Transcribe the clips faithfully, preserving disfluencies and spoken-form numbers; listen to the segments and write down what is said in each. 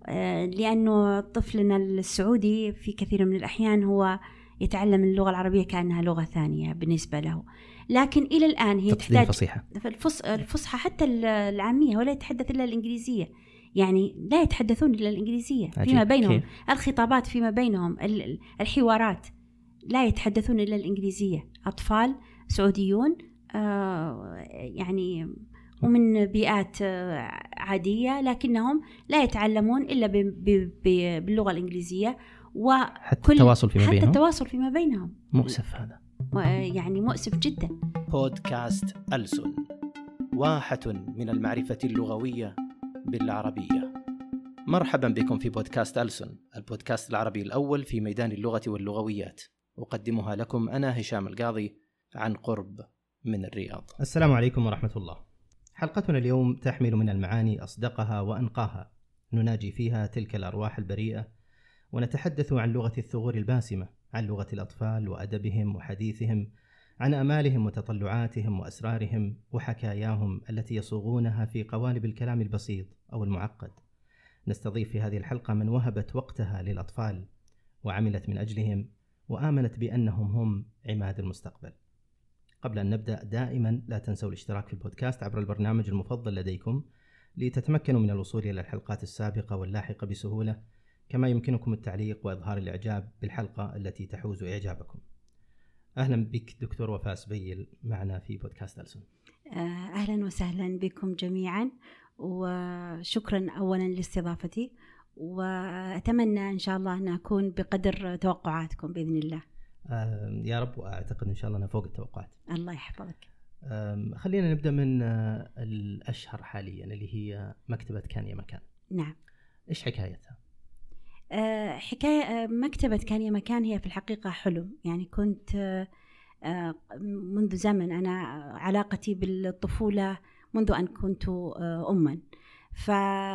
لأنه طفلنا السعودي في كثير من الأحيان هو يتعلم اللغة العربية كأنها لغة ثانية بالنسبة له، لكن إلى الآن هي تحتاج الفصيحة الفصحى حتى العامية، ولا يتحدث إلا الإنجليزية، يعني لا يتحدثون إلا الإنجليزية فيما بينهم. كيف؟ الخطابات فيما بينهم، الحوارات لا يتحدثون إلا الإنجليزية. أطفال سعوديون آه يعني ومن بيئات عادية، لكنهم لا يتعلمون إلا باللغة الإنجليزية، وحتى التواصل فيما حتى بينهم التواصل فيما بينهم مؤسف. هذا يعني مؤسف جدا. بودكاست ألسن، واحة من المعرفة اللغوية بالعربية. مرحبا بكم في بودكاست ألسن، البودكاست العربي الأول في ميدان اللغة واللغويات. أقدمها لكم أنا هشام القاضي عن قرب من الرياض. السلام عليكم ورحمة الله. حلقتنا اليوم تحمل من المعاني أصدقها وأنقاها، نناجي فيها تلك الأرواح البريئة، ونتحدث عن لغة الثغور الباسمة، عن لغة الأطفال وأدبهم وحديثهم، عن أمالهم وتطلعاتهم وأسرارهم وحكاياهم التي يصوغونها في قوالب الكلام البسيط أو المعقد. نستضيف في هذه الحلقة من وهبت وقتها للأطفال وعملت من أجلهم وآمنت بأنهم هم عماد المستقبل. قبل أن نبدأ دائما لا تنسوا الاشتراك في البودكاست عبر البرنامج المفضل لديكم لتتمكنوا من الوصول إلى الحلقات السابقة واللاحقة بسهولة، كما يمكنكم التعليق وإظهار الإعجاب بالحلقة التي تحوز إعجابكم. أهلا بك دكتور وفاء سبيل معنا في بودكاست ألسن. أهلا وسهلا بكم جميعا، وشكرا أولا لاستضافتي، وأتمنى إن شاء الله أن أكون بقدر توقعاتكم بإذن الله. آه يا رب، وأعتقد إن شاء الله أنا فوق التوقعات. الله يحفظك. آه خلينا نبدأ من آه الأشهر حاليا اللي هي مكتبة كان يا مكان. نعم. إيش حكايتها؟ آه حكاية آه مكتبة كان يا مكان هي في الحقيقة حلم. يعني كنت آه آه منذ زمن، أنا علاقتي بالطفولة منذ أن كنت آه أما، ف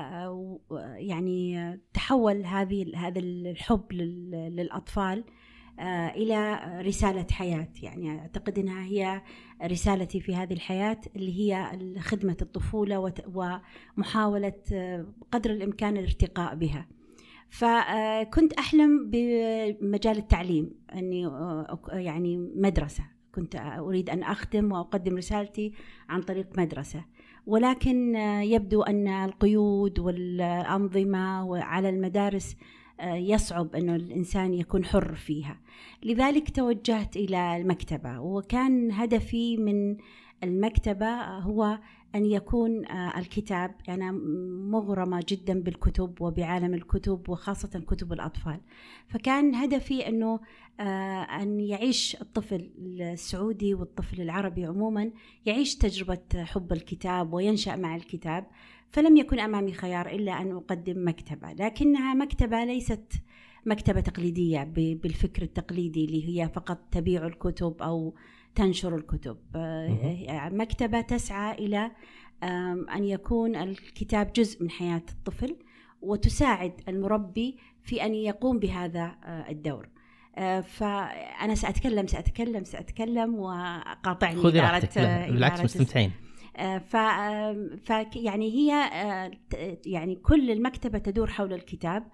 يعني تحول هذه هذا الحب للأطفال آه إلى رسالة حياة. يعني أعتقد أنها هي رسالتي في هذه الحياة، اللي هي خدمة الطفولة ومحاولة قدر الإمكان الارتقاء بها. فكنت أحلم بمجال التعليم، أني يعني مدرسة، كنت أريد أن أخدم وأقدم رسالتي عن طريق مدرسة، ولكن يبدو أن القيود والأنظمة على المدارس يصعب أن الإنسان يكون حر فيها. لذلك توجهت إلى المكتبة، وكان هدفي من المكتبة هو أن يكون الكتاب. أنا مغرمة جدا بالكتب وبعالم الكتب، وخاصة كتب الأطفال. فكان هدفي أنه أن يعيش الطفل السعودي والطفل العربي عموما يعيش تجربة حب الكتاب وينشأ مع الكتاب. فلم يكن أمامي خيار إلا أن أقدم مكتبة، لكنها مكتبة ليست مكتبة تقليدية بالفكر التقليدي اللي هي فقط تبيع الكتب أو تنشر الكتب. مكتبة تسعى إلى أن يكون الكتاب جزء من حياة الطفل، وتساعد المربي في أن يقوم بهذا الدور. فأنا سأتكلم سأتكلم سأتكلم وقاطعني خذي راحتك. بالعكس مستمتعين. ف... ف يعني هي يعني كل المكتبة تدور حول الكتاب،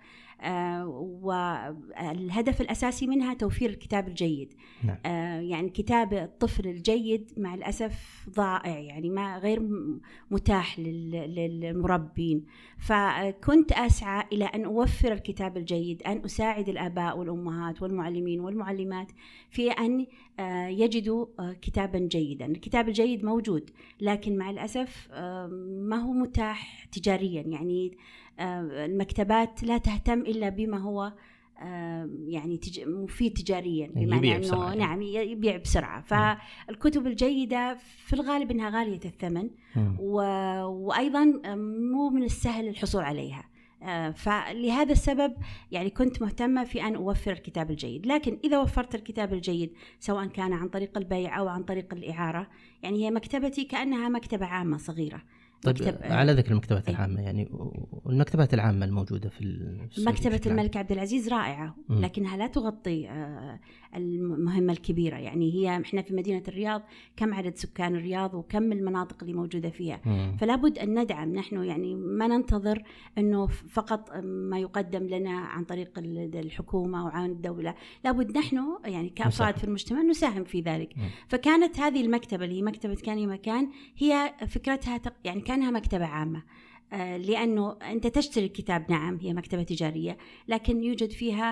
والهدف الأساسي منها توفير الكتاب الجيد. نعم. يعني كتاب الطفل الجيد مع الأسف ضائع، يعني ما غير متاح للمربين. فكنت أسعى إلى أن أوفر الكتاب الجيد، أن أساعد الآباء والأمهات والمعلمين والمعلمات في أن يجدوا كتابا جيدا. الكتاب الجيد موجود، لكن مع الأسف ما هو متاح تجاريا. يعني المكتبات لا تهتم إلا بما هو يعني تج... مفيد تجاريا، بمعنى أنه نعم يبيع بسرعة. فالكتب الجيدة في الغالب أنها غالية الثمن، و... وأيضا مو من السهل الحصول عليها. فلهذا السبب يعني كنت مهتمة في أن أوفر الكتاب الجيد. لكن إذا وفرت الكتاب الجيد سواء كان عن طريق البيع أو عن طريق الإعارة، يعني هي مكتبتي كأنها مكتبة عامة صغيرة. طيب على ذكر المكتبات العامة، يعني والمكتبات العامة الموجودة في مكتبة الملك عبد العزيز رائعة، لكنها لا تغطي المهمة الكبيرة. يعني هي إحنا في مدينة الرياض، كم عدد سكان الرياض وكم المناطق اللي موجودة فيها، مم. فلا بد أن ندعم نحن، يعني ما ننتظر أنه فقط ما يقدم لنا عن طريق الحكومة وعن الدولة، لا بد نحن يعني كأفراد في المجتمع نساهم في ذلك. مم. فكانت هذه المكتبة اللي هي مكتبة كان مكان، هي فكرتها يعني كانها مكتبة عامة، لأنه أنت تشتري الكتاب، نعم هي مكتبة تجارية، لكن يوجد فيها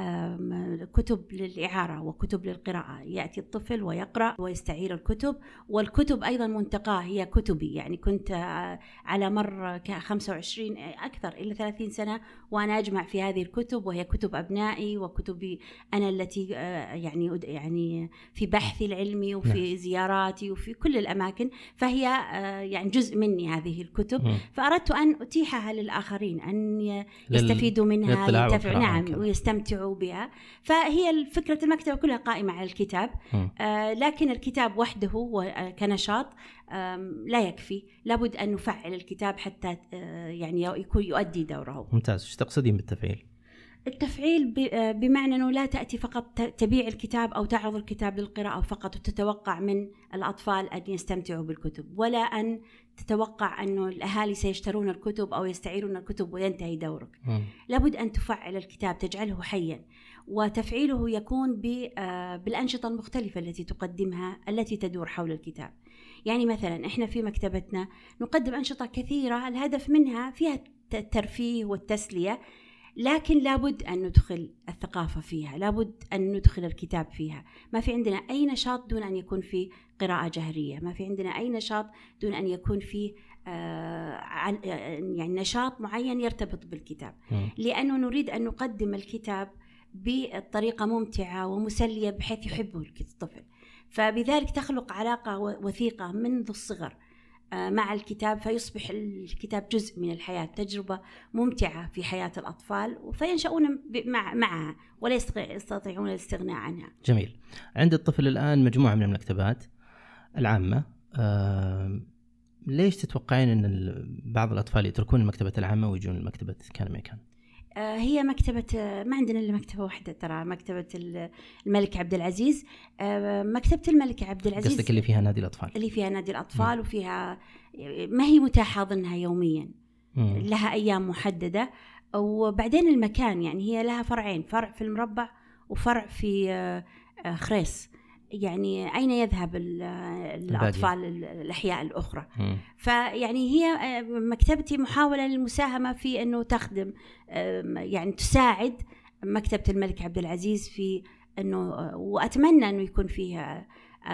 كتب للإعارة وكتب للقراءة، يأتي الطفل ويقرأ ويستعير الكتب، والكتب أيضا منتقاه هي كتبي. يعني كنت على مر خمسة وعشرين أكثر إلى ثلاثين سنة وأنا أجمع في هذه الكتب، وهي كتب أبنائي وكتبي أنا التي يعني يعني في بحثي العلمي وفي زياراتي وفي كل الأماكن، فهي يعني جزء مني هذه الكتب. م. فأردت أن أتيحها للآخرين أن يستفيدوا منها، ينتفعوا، نعم، ويستمتعوا بها. فهي فكرة المكتبة كلها قائمة على الكتاب، آه لكن الكتاب وحده كنشاط آه لا يكفي، لابد أن نفعل الكتاب حتى آه يعني يكون يؤدي دوره. ممتاز. ايش تقصدين بالتفعيل؟ التفعيل بمعنى أنه لا تأتي فقط تبيع الكتاب أو تعرض الكتاب للقراءة فقط وتتوقع من الأطفال أن يستمتعوا بالكتب، ولا أن تتوقع أنه الأهالي سيشترون الكتب أو يستعيرون الكتب وينتهي دورك. م. لابد أن تفعل الكتاب، تجعله حيا، وتفعيله يكون بالأنشطة المختلفة التي تقدمها التي تدور حول الكتاب. يعني مثلا إحنا في مكتبتنا نقدم أنشطة كثيرة، الهدف منها فيها الترفيه والتسلية، لكن لابد أن ندخل الثقافة فيها، لابد أن ندخل الكتاب فيها. ما في عندنا أي نشاط دون أن يكون فيه قراءة جهرية، ما في عندنا أي نشاط دون أن يكون فيه آه يعني نشاط معين يرتبط بالكتاب، لأنه نريد أن نقدم الكتاب بطريقة ممتعة ومسلية بحيث يحبه الطفل، فبذلك تخلق علاقة وثيقة منذ الصغر مع الكتاب، فيصبح الكتاب جزء من الحياة، تجربة ممتعة في حياة الأطفال، فينشأون معها ولا يستطيعون الاستغناء عنها. جميل. عند الطفل الآن مجموعة من المكتبات العامة، آه ليش تتوقعين أن بعض الأطفال يتركون المكتبة العامة ويجون المكتبة كان مكان؟ هي مكتبة، ما عندنا إلا مكتبة واحدة ترى، مكتبة الملك عبد العزيز. مكتبة الملك عبد العزيز قصدك اللي فيها نادي الأطفال؟ اللي فيها نادي الأطفال. م. وفيها ما هي متاحة أظنها يوميا، م. لها أيام محددة. وبعدين المكان يعني هي لها فرعين، فرع في المربع وفرع في خريص، يعني أين يذهب الأطفال الأحياء الأخرى. م. فيعني هي مكتبتي محاولة للمساهمة في أنه تخدم، يعني تساعد مكتبة الملك عبد العزيز في أنه، وأتمنى أنه يكون فيها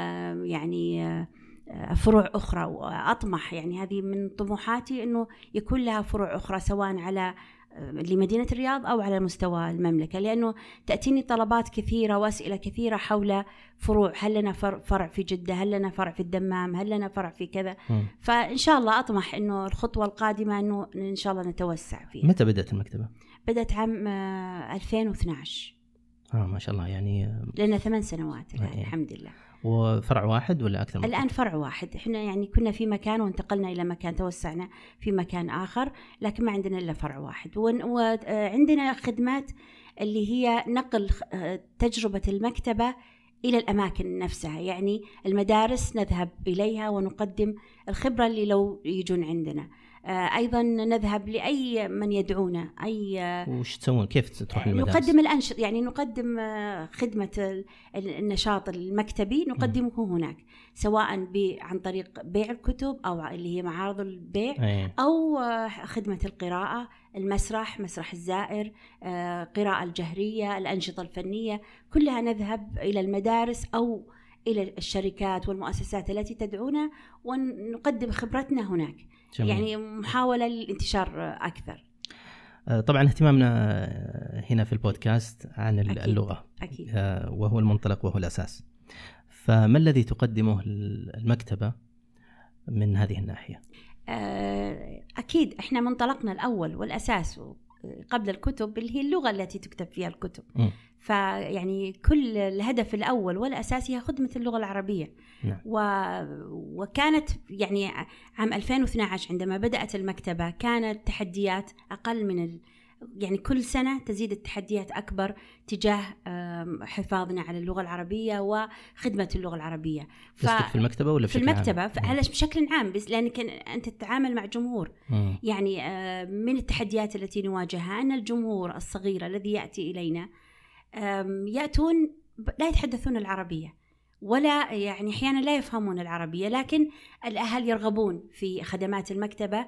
يعني فروع أخرى، وأطمح يعني هذه من طموحاتي أنه يكون لها فروع أخرى سواء على لمدينة الرياض أو على مستوى المملكة، لأنه تأتيني طلبات كثيرة وأسئلة كثيرة حول فروع، هل لنا فرع في جدة، هل لنا فرع في الدمام، هل لنا فرع في كذا. م. فإن شاء الله أطمح أنه الخطوة القادمة أنه إن شاء الله نتوسع فيها. متى بدأت المكتبة؟ بدأت عام ألفين واثناشر. آه ما شاء الله، يعني لنا ثمان سنوات الآن. يعني الحمد لله. وفرع واحد ولا أكثر؟ الآن فرع واحد. إحنا يعني كنا في مكان وانتقلنا إلى مكان، توسعنا في مكان آخر، لكن ما عندنا إلا فرع واحد. وعندنا خدمات اللي هي نقل تجربة المكتبة إلى الأماكن نفسها، يعني المدارس نذهب إليها ونقدم الخبرة اللي لو يجون عندنا. أيضا نذهب لأي من يدعونا. أي وش تسوون؟ كيف تروح المدارس؟ نقدم الأنشط، يعني نقدم خدمة النشاط المكتبي نقدمه هناك، سواء عن طريق بيع الكتب أو اللي هي معارض البيع، أيه. أو خدمة القراءة، المسرح، مسرح الزائر، قراءة الجهرية، الأنشطة الفنية، كلها نذهب إلى المدارس أو إلى الشركات والمؤسسات التي تدعونا ونقدم خبرتنا هناك. جميل. يعني محاولة للانتشار أكثر. طبعا اهتمامنا هنا في البودكاست عن أكيد. اللغة، أكيد. وهو المنطلق وهو الأساس. فما الذي تقدمه المكتبة من هذه الناحية؟ أكيد إحنا منطلقنا الأول والأساس قبل الكتب اللي هي اللغة التي تكتب فيها الكتب. م. فيعني كل الهدف الأول والأساسي هي خدمة اللغة العربية. نعم. و... وكانت يعني عام ألفين واثني عشر عندما بدأت المكتبة كانت تحديات أقل من ال... يعني كل سنة تزيد التحديات أكبر تجاه حفاظنا على اللغة العربية وخدمة اللغة العربية. ف... في المكتبة ولا في المكتبة على بشكل عام، بس لأنك أنت تتعامل مع جمهور. م. يعني من التحديات التي نواجهها أن الجمهور الصغير الذي يأتي إلينا يأتون لا يتحدثون العربية، ولا يعني أحيانا لا يفهمون العربية، لكن الأهل يرغبون في خدمات المكتبة.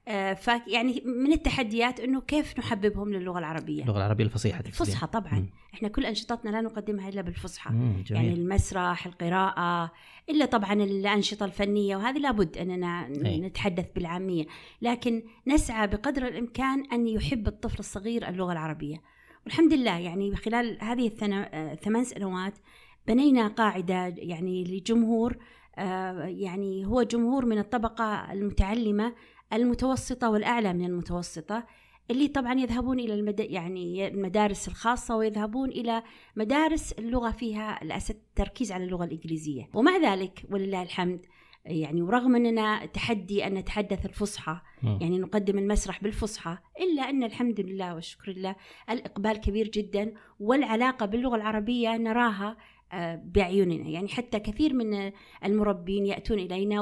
فيعني من التحديات إنه كيف نحببهم للغة العربية، اللغة العربية الفصيحة. الفصحى طبعا. مم. إحنا كل أنشطتنا لا نقدمها إلا بالفصحى. مم. يعني المسرح، القراءة، إلا طبعا الأنشطة الفنية، وهذه لابد أننا هي. نتحدث بالعامية، لكن نسعى بقدر الإمكان أن يحب الطفل الصغير اللغة العربية. والحمد لله يعني خلال هذه الثمان سنوات بنينا قاعدة يعني لجمهور يعني هو جمهور من الطبقة المتعلمة المتوسطة والأعلى من المتوسطة، اللي طبعا يذهبون إلى المد... يعني المدارس الخاصة ويذهبون إلى مدارس اللغة فيها التركيز على اللغة الإنجليزية. ومع ذلك ولله الحمد يعني ورغم أننا تحدي أن نتحدث الفصحى، يعني نقدم المسرح بالفصحى، إلا أن الحمد لله والشكر لله الإقبال كبير جدا، والعلاقة باللغة العربية نراها بعيوننا. يعني حتى كثير من المربين يأتون إلينا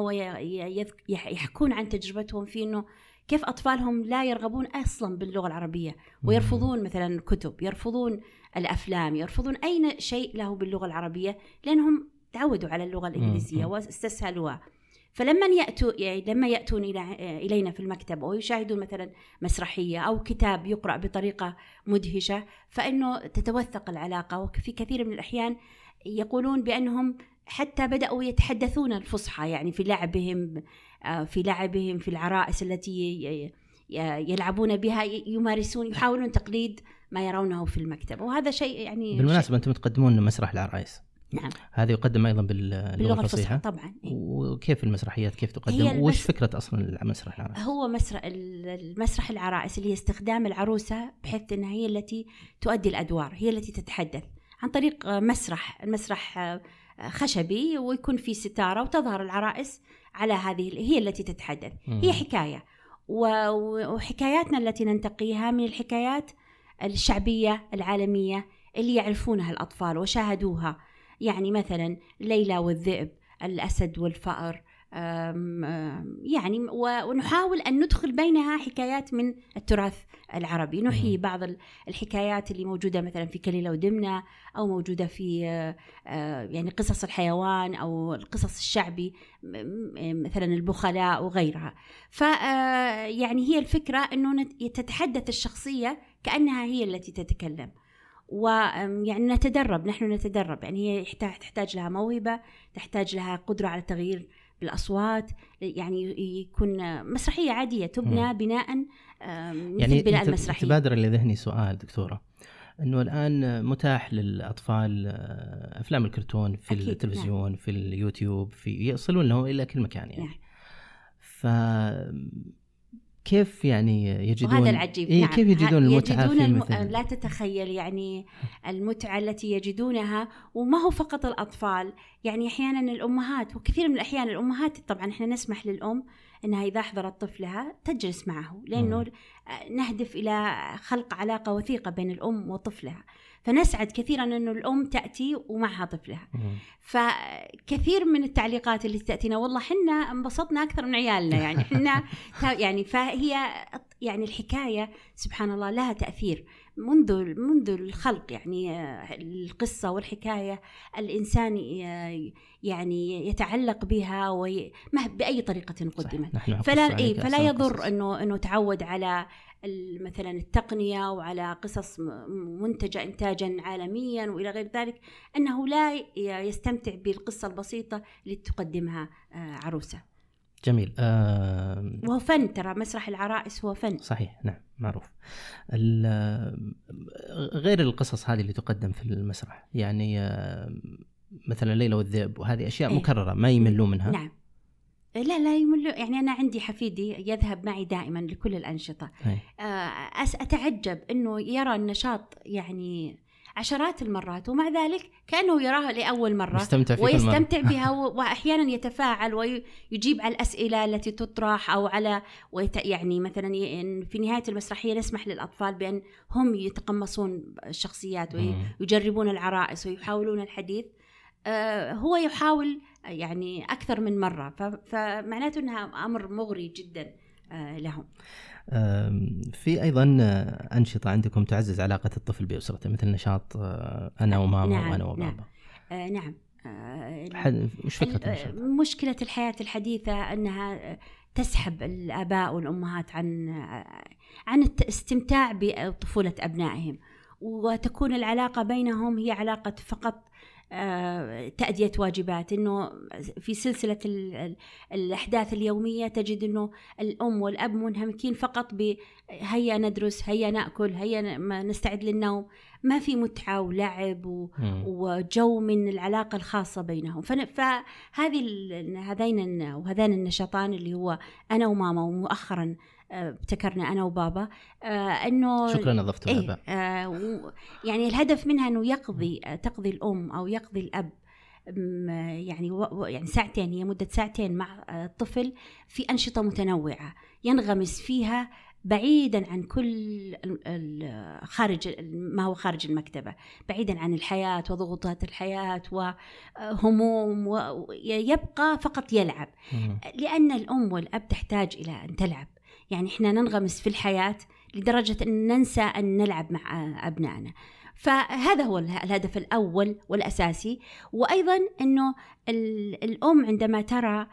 ويحكون عن تجربتهم في أنه كيف أطفالهم لا يرغبون أصلا باللغة العربية، ويرفضون مثلا الكتب، يرفضون الأفلام، يرفضون أي شيء له باللغة العربية، لأنهم تعودوا على اللغة الإنجليزية واستسهلوها. فلما يأتوا يعني لما يأتون إلى إلينا في المكتب أو يشاهدون مثلا مسرحية أو كتاب يقرأ بطريقة مدهشة، فإنه تتوثق العلاقة. وفي كثير من الأحيان يقولون بأنهم حتى بدأوا يتحدثون الفصحى، يعني في لعبهم في لعبهم في العرائس التي يلعبون بها، يمارسون يحاولون تقليد ما يرونه في المكتب. وهذا شيء يعني بالمناسبة أنتم تقدمون مسرح العرائس. نعم. هذا يقدم أيضا باللغة الفصيحة طبعا. وكيف المسرحيات كيف تقدم؟ وش فكرة أصلا المسرح العرائس؟ هو مسرح المسرح العرائس اللي هي استخدام العروسة بحيث أنها هي التي تؤدي الأدوار، هي التي تتحدث عن طريق مسرح المسرح خشبي، ويكون في ستارة وتظهر العرائس على هذه، هي التي تتحدث. م. هي حكاية، وحكاياتنا التي ننتقيها من الحكايات الشعبية العالمية اللي يعرفونها الأطفال وشاهدوها. يعني مثلا ليلى والذئب، الأسد والفأر، يعني ونحاول أن ندخل بينها حكايات من التراث العربي، نحيي بعض الحكايات اللي موجودة مثلا في كليلة ودمنة، أو موجودة في يعني قصص الحيوان أو القصص الشعبي مثلا البخلاء وغيرها. فيعني هي الفكرة أنه تتحدث الشخصية كأنها هي التي تتكلم، ويعني نتدرب، نحن نتدرب. يعني هي تحتاج لها موهبة، تحتاج لها قدرة على التغيير بالأصوات، يعني يكون مسرحية عادية تبنى م. بناء مثل يعني بناء المسرحية. تبادر لذهني سؤال دكتورة، أنه الآن متاح للأطفال أفلام الكرتون في أكيد. التلفزيون نعم. في اليوتيوب، في يصلون له إلى كل مكان يعني نعم. ف كيف يعني يجدون وهذا العجيب إيه نعم. كيف يجدون المتعة يجدون في الم... مثل لا تتخيل يعني المتعة التي يجدونها. وما هو فقط الأطفال، يعني أحيانا الأمهات، وكثير من الأحيان الأمهات طبعا إحنا نسمح للأم أنها إذا حضرت طفلها تجلس معه، لأنه م. نهدف إلى خلق علاقة وثيقة بين الأم وطفلها. فنسعد كثيرا أنه الأم تأتي ومعها طفلها. م. فكثير من التعليقات اللي تأتينا والله حنا انبسطنا أكثر من عيالنا، يعني حنا يعني فهي يعني الحكاية سبحان الله لها تأثير منذ منذ الخلق. يعني القصة والحكاية الإنسان يعني يتعلق بها وي... بأي طريقة قدمت. فلا إيه فلا يضر إنه إنه تعود على مثلا التقنية وعلى قصص منتجة إنتاجا عالميا وإلى غير ذلك، أنه لا يستمتع بالقصة البسيطة اللي تقدمها عروسة. جميل. آه وهو فن، ترى مسرح العرائس هو فن. صحيح نعم معروف. غير القصص هذه اللي تقدم في المسرح، يعني مثلا ليلى والذئب، وهذه أشياء إيه؟ مكررة ما يملوا منها. نعم لا لا يمل. يعني أنا عندي حفيدي يذهب معي دائما لكل الأنشطة. أه أتعجب أنه يرى النشاط يعني عشرات المرات، ومع ذلك كأنه يراها لأول مرة مستمتع ويستمتع بها وأحيانا يتفاعل ويجيب على الأسئلة التي تطرح أو على يعني مثلا في نهاية المسرحية نسمح للأطفال بأن هم يتقمصون الشخصيات ويجربون العرائس ويحاولون الحديث. هو يحاول يعني أكثر من مرة، فمعناته أنها أمر مغري جدا لهم. في أيضا أنشطة عندكم تعزز علاقة الطفل بأسرته، مثل نشاط أنا وماما نعم وأنا وبابا. نعم, نعم. وش فكرة النشاط؟ مشكلة الحياة الحديثة أنها تسحب الآباء والأمهات عن عن الاستمتاع بطفولة أبنائهم، وتكون العلاقة بينهم هي علاقة فقط تأدية واجبات. إنه في سلسلة الأحداث اليومية تجد إنه الأم والأب منهمكين فقط بهيا ندرس، هيا نأكل، هيا نستعد للنوم. ما في متعة ولعب وجو من العلاقة الخاصة بينهم. فهذه هذين وهذان النشاطان اللي هو أنا وماما، ومؤخرا ابتكرنا أنا وبابا، آه إنه شكرا أضفتوا إيه الآباء. آه يعني الهدف منها إنه يقضي تقضي الأم أو يقضي الأب يعني يعني ساعتين، هي مدة ساعتين مع الطفل في أنشطة متنوعة ينغمس فيها بعيدا عن كل خارج ما هو خارج المكتبة، بعيدا عن الحياة وضغوطات الحياة وهموم، ويبقى فقط يلعب. لأن الأم والأب تحتاج إلى أن تلعب. يعني إحنا ننغمس في الحياة لدرجة أن ننسى أن نلعب مع أبنائنا. فهذا هو الهدف الأول والأساسي. وأيضا أنه الأم عندما ترى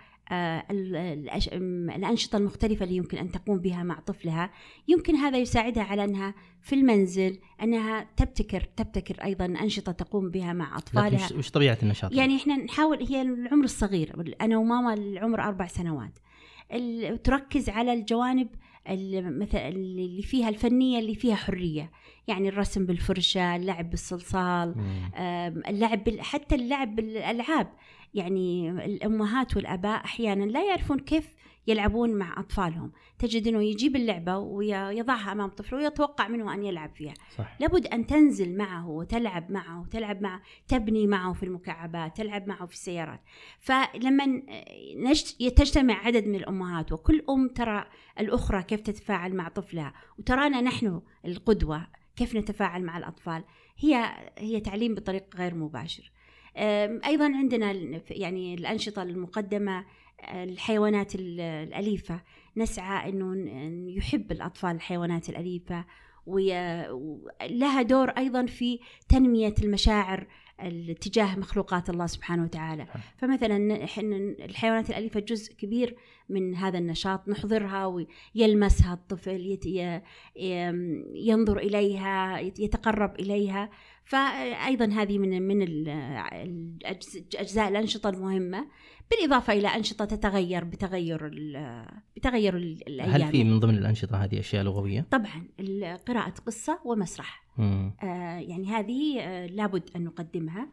الأنشطة المختلفة اللي يمكن أن تقوم بها مع طفلها، يمكن هذا يساعدها على أنها في المنزل أنها تبتكر تبتكر أيضا أنشطة تقوم بها مع أطفالها. وش طبيعة النشاط؟ يعني إحنا نحاول، هي العمر الصغير، أنا وماما العمر أربع سنوات، تركز على الجوانب مثلا اللي فيها الفنية، اللي فيها حرية. يعني الرسم بالفرشة، اللعب بالصلصال، اللعب حتى اللعب بالألعاب. يعني الأمهات والأباء أحيانا لا يعرفون كيف يلعبون مع أطفالهم. تجد أنه يجيب اللعبة ويضعها أمام طفله ويتوقع منه أن يلعب فيها. صح. لابد أن تنزل معه وتلعب معه وتلعب معه، تبني معه في المكعبات، تلعب معه في السيارات. فلما تجتمع عدد من الأمهات وكل أم ترى الأخرى كيف تتفاعل مع طفلها، وترانا نحن القدوة كيف نتفاعل مع الأطفال، هي هي تعليم بطريقة غير مباشر. أيضا عندنا يعني الأنشطة المقدمة، الحيوانات الأليفة، نسعى أنه يحب الأطفال الحيوانات الأليفة، ولها دور أيضا في تنمية المشاعر تجاه مخلوقات الله سبحانه وتعالى. فمثلا الحيوانات الأليفة جزء كبير من هذا النشاط، نحضرها ويلمسها الطفل، ينظر إليها، يتقرب إليها. فأيضا هذه من من الأجزاء الأنشطة المهمة، بالإضافة إلى أنشطة تتغير بتغير بتغير الأيام. هل في من ضمن الأنشطة هذه أشياء لغوية؟ طبعا، قراءة قصة ومسرح. آه يعني هذه آه لابد أن نقدمها،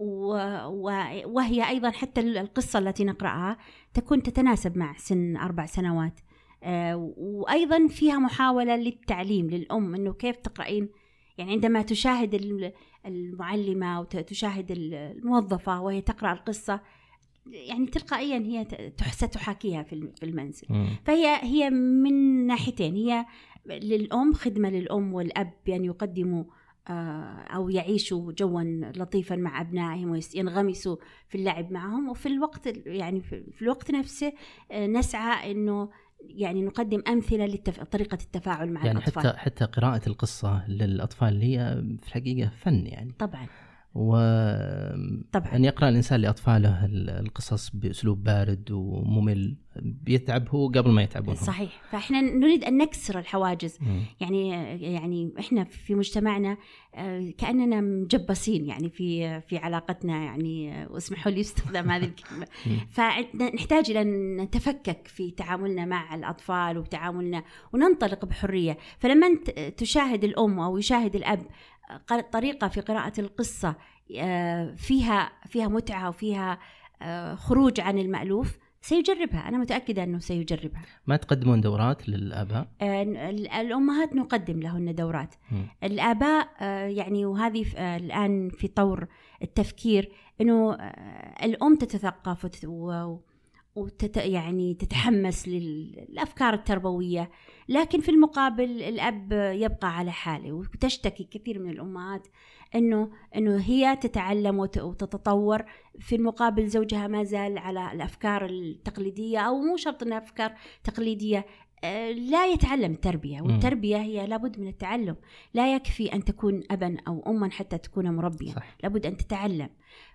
وهي أيضا حتى القصة التي نقرأها تكون تتناسب مع سن أربع سنوات. آه وأيضا فيها محاولة للتعليم للأم أنه كيف تقرأين. يعني عندما تشاهد المعلمة وتشاهد الموظفة وهي تقرأ القصة، يعني تلقائيا هي ستحاكيها في المنزل. فهي هي من ناحيتين، هي للأم خدمة للأم والأب بأن يقدموا أو يعيشوا جوا لطيفا مع أبنائهم وينغمسوا في اللعب معهم، وفي الوقت يعني في الوقت نفسه نسعى إنه يعني نقدم أمثلة لطريقة التفاعل مع يعني الأطفال. حتى حتى قراءة القصة للأطفال هي في الحقيقة فن يعني. طبعا. وطبعا أن يقرأ الإنسان لأطفاله القصص بأسلوب بارد وممل بيتعب هو قبل ما يتعبون. صحيح. فإحنا نريد أن نكسر الحواجز. م. يعني يعني إحنا في مجتمعنا كأننا مجبسين يعني في في علاقتنا، يعني واسمحوا لي استخدام هذه الكلمة. فنحتاج إلى أن نتفكك في تعاملنا مع الأطفال وتعاملنا وننطلق بحرية. فلما تشاهد الأم أو يشاهد الأب طريقة في قراءة القصة فيها فيها متعة وفيها خروج عن المألوف، سيجربها، أنا متأكدة أنه سيجربها. ما تقدمون دورات للآباء؟ آه الأمهات نقدم لهن دورات. م. الآباء آه يعني وهذه آه الآن في طور التفكير أنه آه الأم تتثقف وتت... و... وتت يعني تتحمس للأفكار التربوية، لكن في المقابل الأب يبقى على حاله. وتشتكي كثير من الأمهات إنه إنه هي تتعلم وتتطور، في المقابل زوجها ما زال على الأفكار التقليدية، أو مو شرط إنها أفكار تقليدية، لا يتعلم التربية. والتربية هي لابد من التعلم، لا يكفي أن تكون أبا أو أما حتى تكون مربيا، لابد أن تتعلم.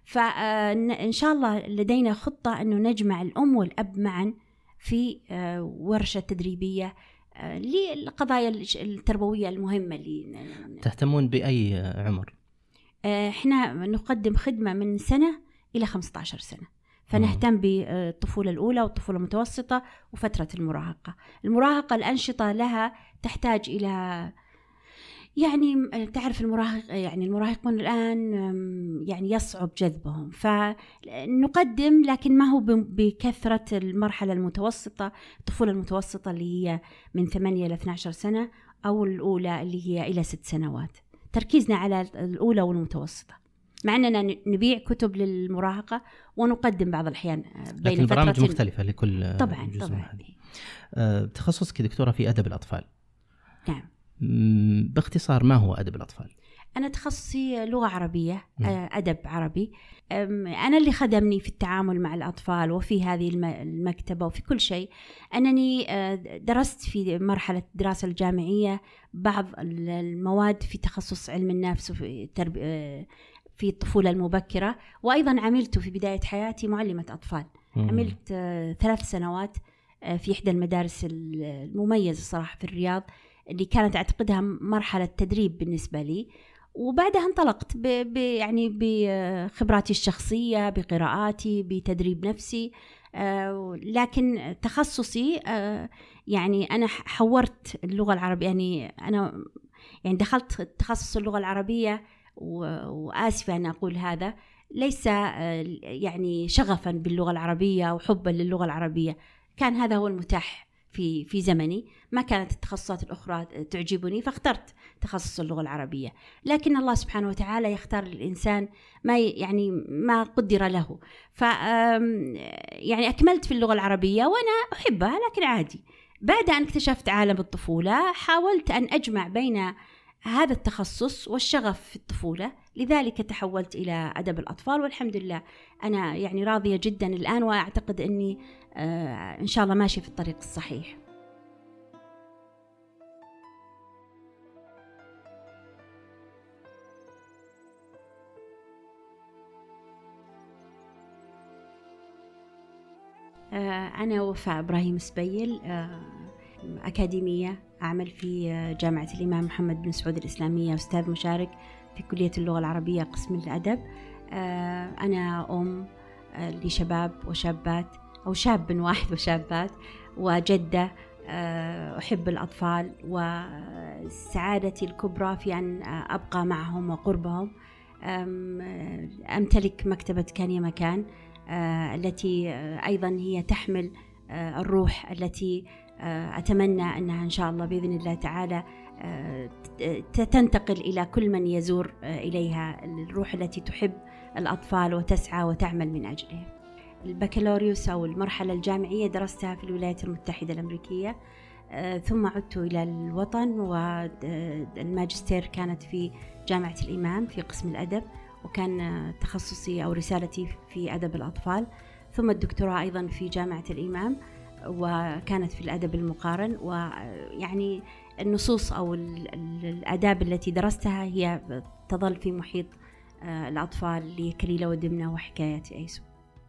فإن شاء الله لدينا خطة أنه نجمع الأم والأب معا في ورشة تدريبية للقضايا التربوية المهمة. اللي تهتمون بأي عمر؟ إحنا نقدم خدمة من سنة إلى خمسة عشر سنة، فنهتم بالطفولة الأولى والطفولة المتوسطة وفترة المراهقة. المراهقة الأنشطة لها تحتاج إلى يعني تعرف المراهق يعني المراهقون الآن يعني يصعب جذبهم، فنقدم لكن ما هو بكثرة المرحلة المتوسطة، الطفولة المتوسطة اللي هي من ثمانية إلى اثنتي عشرة سنة، أو الأولى اللي هي إلى ست سنوات. تركيزنا على الأولى والمتوسطة، مع أننا نبيع كتب للمراهقة ونقدم بعض الأحيان بين لكن برامج مختلفة لكل طبعا طبعا. أه تخصصك دكتورة في أدب الأطفال. نعم. باختصار ما هو أدب الأطفال؟ أنا تخصصي لغة عربية، أدب عربي. أنا اللي خدمني في التعامل مع الأطفال وفي هذه المكتبة وفي كل شيء أنني درست في مرحلة الدراسة الجامعية بعض المواد في تخصص علم النفس وفي ترب... في الطفولة المبكرة، وأيضا عملت في بداية حياتي معلمة أطفال. م. عملت ثلاث سنوات في إحدى المدارس المميزة صراحة في الرياض، اللي كانت أعتقدها مرحلة تدريب بالنسبة لي. وبعدها انطلقت ب ب يعني بخبراتي الشخصية، بقراءاتي، بتدريب نفسي. آه لكن تخصصي آه يعني أنا حورت اللغة العربية، يعني أنا يعني دخلت تخصص اللغة العربية، وآسفة أن أقول هذا، ليس آه يعني شغفا باللغة العربية وحبا للغة العربية، كان هذا هو المتاح في في زمني، ما كانت التخصصات الأخرى تعجبني فاخترت تخصص اللغة العربية. لكن الله سبحانه وتعالى يختار للإنسان ما يعني ما قدر له، ف يعني أكملت في اللغة العربية وأنا أحبها، لكن عادي. بعد أن اكتشفت عالم الطفولة حاولت أن أجمع بين هذا التخصص والشغف في الطفولة، لذلك تحولت إلى أدب الأطفال، والحمد لله أنا يعني راضية جدا الآن، وأعتقد أني آه إن شاء الله ماشي في الطريق الصحيح. آه أنا وفاء إبراهيم سبيل، آه أكاديمية، أعمل في جامعة الإمام محمد بن سعود الإسلامية، أستاذ مشارك في كلية اللغة العربية قسم الأدب. أنا أم لشباب وشابات، أو شاب واحد وشابات، وجدة، أحب الأطفال، وسعادتي الكبرى في أن أبقى معهم وقربهم. أمتلك مكتبة كان يا مكان، التي أيضا هي تحمل الروح التي أتمنى أنها إن شاء الله بإذن الله تعالى تنتقل إلى كل من يزور إليها، الروح التي تحب الأطفال وتسعى وتعمل من أجلهم. البكالوريوس أو المرحلة الجامعية درستها في الولايات المتحدة الأمريكية، ثم عدت إلى الوطن، والماجستير كانت في جامعة الإمام في قسم الأدب، وكان تخصصي أو رسالتي في أدب الأطفال، ثم الدكتوراه أيضا في جامعة الإمام، وكانت في الأدب المقارن. ويعني النصوص أو الآداب التي درستها هي تظل في محيط الأطفال لكليلة ودمنة وحكاية أيسو.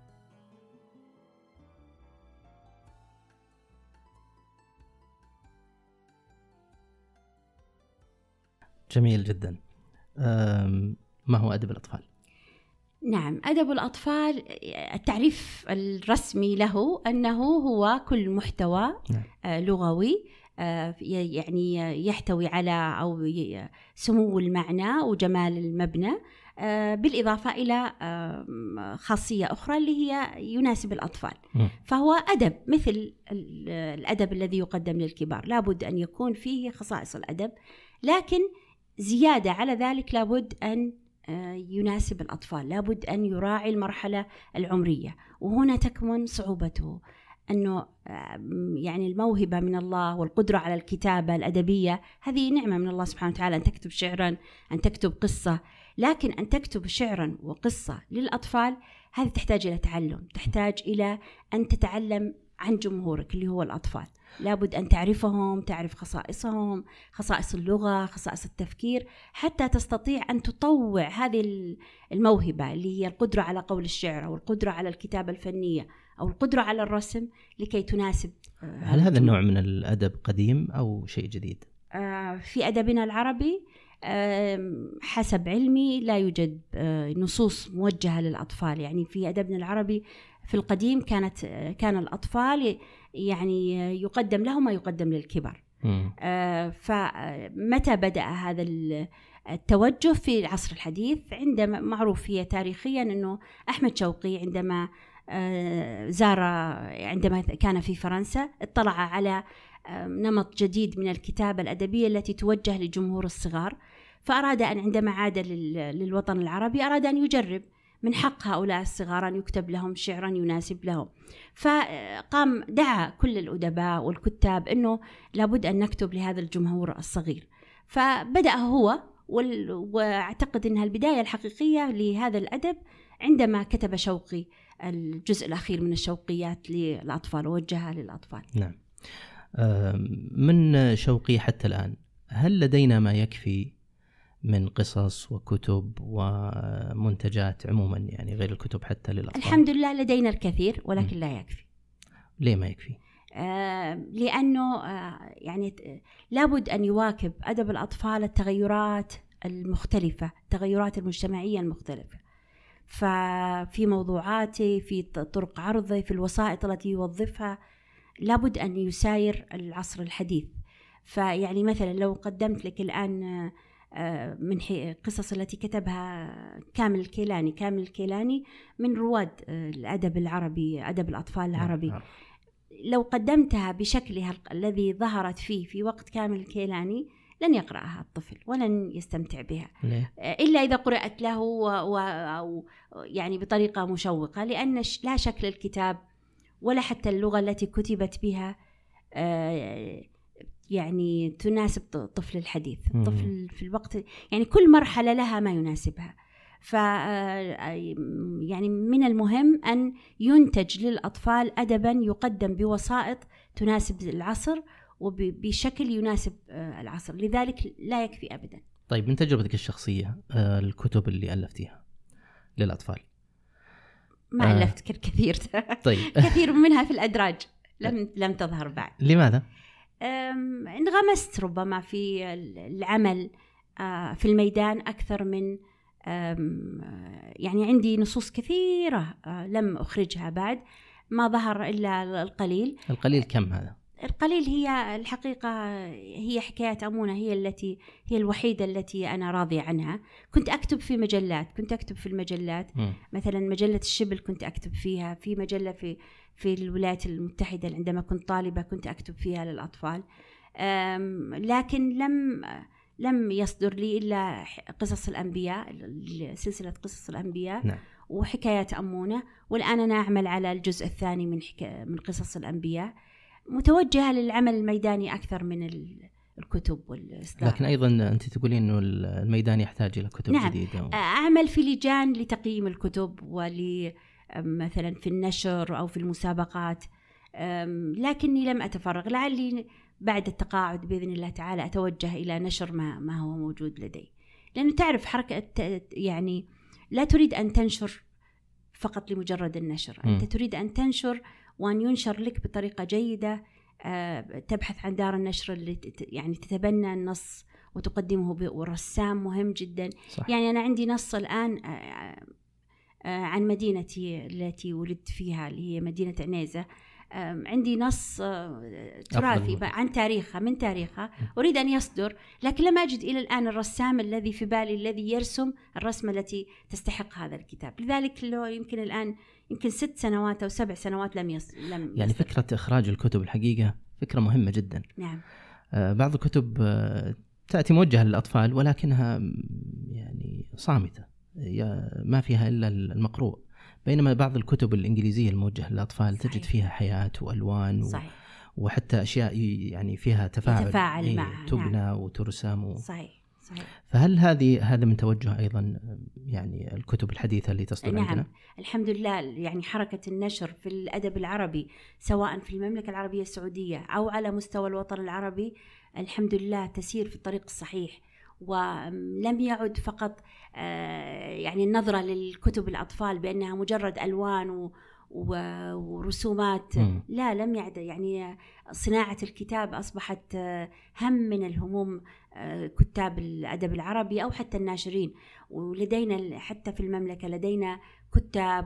جميل جدا. ما هو أدب الأطفال؟ نعم، أدب الأطفال التعريف الرسمي له أنه هو كل محتوى لغوي يعني يحتوي على أو سمو المعنى وجمال المبنى، بالإضافة إلى خاصية أخرى اللي هي يناسب الأطفال. م. فهو أدب مثل الأدب الذي يقدم للكبار، لابد أن يكون فيه خصائص الأدب، لكن زيادة على ذلك لابد أن يناسب الأطفال، لابد أن يراعي المرحلة العمرية. وهنا تكمن صعوبته، أنه يعني الموهبة من الله والقدرة على الكتابة الأدبية هذه نعمة من الله سبحانه وتعالى، أن تكتب شعرا، أن تكتب قصة، لكن أن تكتب شعرا وقصة للأطفال هذه تحتاج إلى تعلم، تحتاج إلى أن تتعلم عن جمهورك اللي هو الأطفال. لابد أن تعرفهم، تعرف خصائصهم، خصائص اللغة، خصائص التفكير، حتى تستطيع أن تطوع هذه الموهبة اللي هي القدرة على قول الشعر أو القدرة على الكتابة الفنية أو القدرة على الرسم لكي تناسب. هل هذا النوع من الأدب قديم أو شيء جديد؟ في أدبنا العربي حسب علمي لا يوجد نصوص موجهة للأطفال. يعني في أدبنا العربي في القديم كانت كان الأطفال يعني يقدم لهم ما يقدم للكبار. فمتى بدأ هذا التوجه في العصر الحديث؟ عندما معروف هي تاريخيا أنه أحمد شوقي عندما زار عندما كان في فرنسا اطلع على نمط جديد من الكتابة الأدبية التي توجه لجمهور الصغار، فأراد أن عندما عاد للوطن العربي أراد أن يجرب من حق هؤلاء الصغار أن يكتب لهم شعرا يناسب لهم. فقام دعا كل الأدباء والكتاب أنه لابد أن نكتب لهذا الجمهور الصغير، فبدأ هو، واعتقد أنها البداية الحقيقية لهذا الأدب عندما كتب شوقي الجزء الأخير من الشوقيات للأطفال ووجهها للأطفال. نعم. من شوقي حتى الآن هل لدينا ما يكفي من قصص وكتب ومنتجات عموما، يعني غير الكتب حتى للأطفال؟ الحمد لله لدينا الكثير، ولكن م. لا يكفي. ليه ما يكفي؟ آه لأنه آه يعني لابد أن يواكب أدب الأطفال التغيرات المختلفة، التغيرات المجتمعية المختلفة، ففي موضوعاته، في طرق عرضه، في الوسائط التي يوظفها، لابد أن يساير العصر الحديث. فيعني مثلا لو قدمت لك الآن من قصص التي كتبها كامل الكيلاني، كامل الكيلاني من رواد الأدب العربي، أدب الأطفال العربي، لو قدمتها بشكلها الذي ظهرت فيه في وقت كامل الكيلاني لن يقرأها الطفل ولن يستمتع بها ليه؟ إلا إذا قرأت له و... و... أو يعني بطريقة مشوقة، لأن لا شكل الكتاب ولا حتى اللغة التي كتبت بها يعني تناسب الطفل الحديث. الطفل في الوقت يعني كل مرحلة لها ما يناسبها، ف يعني من المهم أن ينتج للأطفال أدبا يقدم بوسائط تناسب العصر وبشكل يناسب العصر، لذلك لا يكفي أبدا. طيب من تجربتك الشخصية الكتب اللي ألفتيها للأطفال؟ ما آه. ألفت كثير طيب. كثير منها في الأدراج لم لم تظهر بعد. لماذا؟ انغمست ربما في العمل في الميدان أكثر من يعني عندي نصوص كثيرة لم أخرجها بعد، ما ظهر إلا القليل. القليل كم هذا؟ القليل هي الحقيقة هي حكايات أمونة، هي التي هي الوحيدة التي أنا راضية عنها. كنت أكتب في مجلات، كنت أكتب في المجلات م. مثلا مجلة الشبل كنت أكتب فيها، في مجلة في في الولايات المتحدة عندما كنت طالبة كنت أكتب فيها للأطفال، لكن لم لم يصدر لي إلا قصص الأنبياء، سلسلة قصص الأنبياء نعم. وحكايات أمونة، والآن أنا أعمل على الجزء الثاني من حكا... من قصص الأنبياء، متوجهة للعمل الميداني أكثر من الكتب والإصدار. لكن أيضا أنت تقولين أنه الميدان يحتاج إلى كتب نعم. جديدة و... أعمل في لجان لتقييم الكتب ول مثلا في النشر أو في المسابقات، لكني لم أتفرغ، لعلي بعد التقاعد بإذن الله تعالى أتوجه إلى نشر ما ما هو موجود لدي، لأنه تعرف حركة يعني لا تريد أن تنشر فقط لمجرد النشر، م. أنت تريد أن تنشر وأن ينشر لك بطريقة جيدة، تبحث عن دار النشر اللي يعني تتبنى النص وتقدمه، والرسام مهم جدا صح. يعني أنا عندي نص الآن عن مدينتي التي ولدت فيها اللي هي مدينة عنيزة، عندي نص تراثي عن تاريخها من تاريخها أريد أن يصدر، لكن لم أجد إلى الآن الرسام الذي في بالي الذي يرسم الرسمة التي تستحق هذا الكتاب. لذلك لو يمكن الآن يمكن ست سنوات أو سبع سنوات لم يص... لم يعني يستطيع. فكرة إخراج الكتب الحقيقة فكرة مهمة جدا. نعم. آه بعض الكتب آه تأتي موجهة للأطفال ولكنها يعني صامتة، ما فيها إلا المقروء، بينما بعض الكتب الإنجليزية الموجهة للأطفال صحيح. تجد فيها حياة وألوان و... وحتى أشياء يعني فيها تفاعل, تفاعل إيه معها تبنى نعم. وترسم و... صحيح. صحيح. فهل هذه هذا من توجه أيضا يعني الكتب الحديثة اللي تصدر نعم. عندنا؟ الحمد لله، يعني حركة النشر في الأدب العربي سواء في المملكة العربية السعودية أو على مستوى الوطن العربي الحمد لله تسير في الطريق الصحيح، ولم يعد فقط يعني النظرة للكتب الأطفال بأنها مجرد ألوان ورسومات م. لا، لم يعد يعني صناعة الكتاب أصبحت هم من الهموم كتاب الأدب العربي أو حتى الناشرين. ولدينا حتى في المملكة لدينا كتاب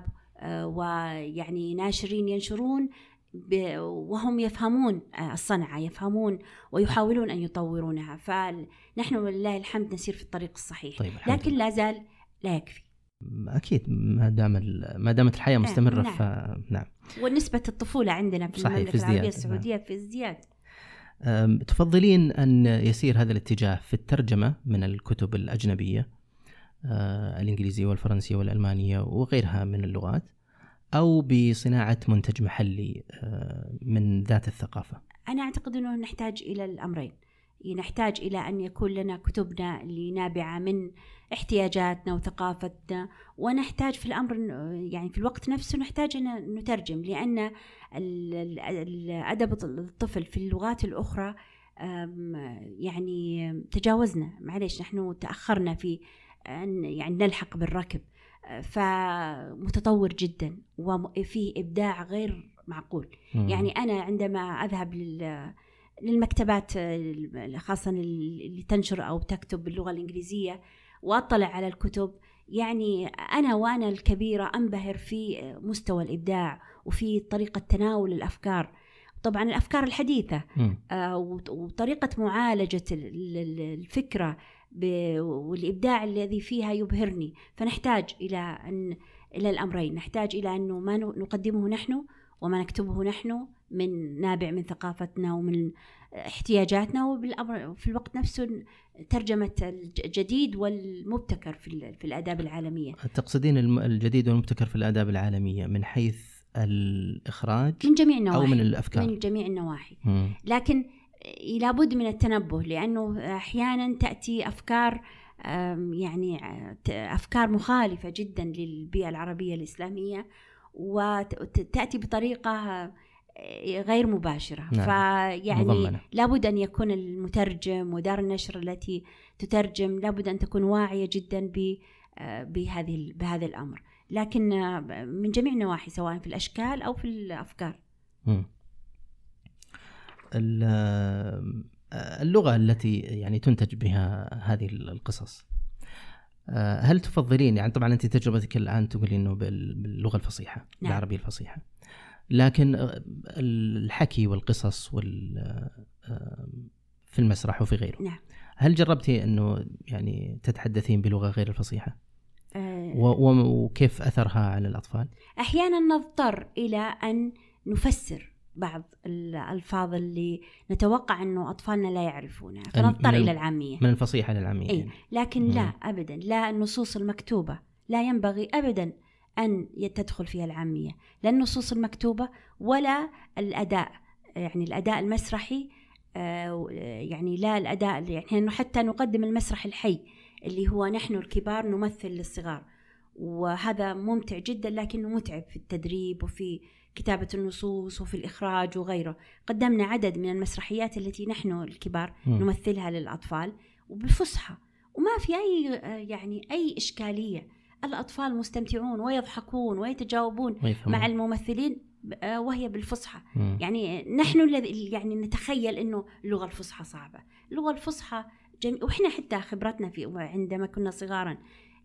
ويعني ناشرين ينشرون وهم يفهمون الصنعة، يفهمون ويحاولون أن يطورونها، فنحن والله الحمد نسير في الطريق الصحيح. طيب لكن لا زال لا يكفي. أكيد ما دام ما دامت الحياة مستمرة. نعم. فنعم. ونسبة الطفولة عندنا في المملكة في العربية السعودية نعم. في ازدياد. تفضلين أن يسير هذا الاتجاه في الترجمة من الكتب الأجنبية الإنجليزية والفرنسية والألمانية وغيرها من اللغات، أو بصناعة منتج محلي من ذات الثقافة؟ أنا أعتقد أنه نحتاج إلى الأمرين. نحتاج إلى أن يكون لنا كتبنا اللي نابعة من احتياجاتنا وثقافتنا، ونحتاج في الأمر يعني في الوقت نفسه نحتاج أن نترجم، لأن الأدب الطفل في اللغات الأخرى يعني تجاوزنا، معليش نحن تأخرنا في أن يعني نلحق بالركب، فمتطور جدا وفيه إبداع غير معقول. م- يعني أنا عندما أذهب لل للمكتبات خاصة اللي تنشر أو تكتب باللغة الإنجليزية وأطلع على الكتب، يعني أنا وأنا الكبيرة أنبهر في مستوى الإبداع وفي طريقة تناول الأفكار، طبعا الأفكار الحديثة آه وطريقة معالجة الفكرة والإبداع الذي فيها يبهرني. فنحتاج إلى أن إلى الأمرين، نحتاج إلى أنه ما نقدمه نحن وما نكتبه نحن من نابع من ثقافتنا ومن احتياجاتنا، وبالأمر في الوقت نفسه ترجمة الجديد والمبتكر في في الآداب العالمية. تقصدين الجديد والمبتكر في الآداب العالمية من حيث الإخراج من جميع النواحي أو من الأفكار؟ من جميع النواحي. م. لكن لابد من التنبه، لأنه أحيانا تأتي أفكار يعني أفكار مخالفة جدا للبيئة العربية الإسلامية وتأتي بطريقة غير مباشرة. نعم. فيعني مضمنة. لابد أن يكون المترجم ودار النشر التي تترجم لابد أن تكون واعية جدا بهذه بهذا الأمر، لكن من جميع النواحي سواء في الأشكال أو في الأفكار. م. اللغة التي يعني تنتج بها هذه القصص، هل تفضلين يعني طبعا أنت تجربتك الآن تقولي إنه باللغة الفصيحة. نعم. العربية الفصيحة، لكن الحكي والقصص وال في المسرح وفي غيره. نعم. هل جربتي إنه يعني تتحدثين بلغة غير الفصيحة؟ أه وكيف أثرها على الأطفال؟ أحيانا نضطر إلى أن نفسر بعض الألفاظ اللي نتوقع أنه أطفالنا لا يعرفونها، فنضطر إلى العامية، من الفصيحة للعامية. أي. لكن مم. لا أبدا، لا النصوص المكتوبة لا ينبغي أبدا أن تدخل فيها العامية، لا النصوص المكتوبة ولا الأداء، يعني الأداء المسرحي يعني لا الأداء يعني حتى نقدم المسرح الحي اللي هو نحن الكبار نمثل للصغار، وهذا ممتع جدا لكنه متعب في التدريب وفي كتابة النصوص وفي الإخراج وغيره. قدمنا عدد من المسرحيات التي نحن الكبار م. نمثلها للأطفال وبالفصحى، وما في أي يعني أي إشكالية، الأطفال مستمتعون ويضحكون ويتجاوبون ويفهمون. مع الممثلين وهي بالفصحى. م. يعني نحن الذي يعني نتخيل إنه اللغة الفصحى صعبة، اللغة الفصحى جميل، وإحنا حتى خبرتنا في عندما كنا صغارا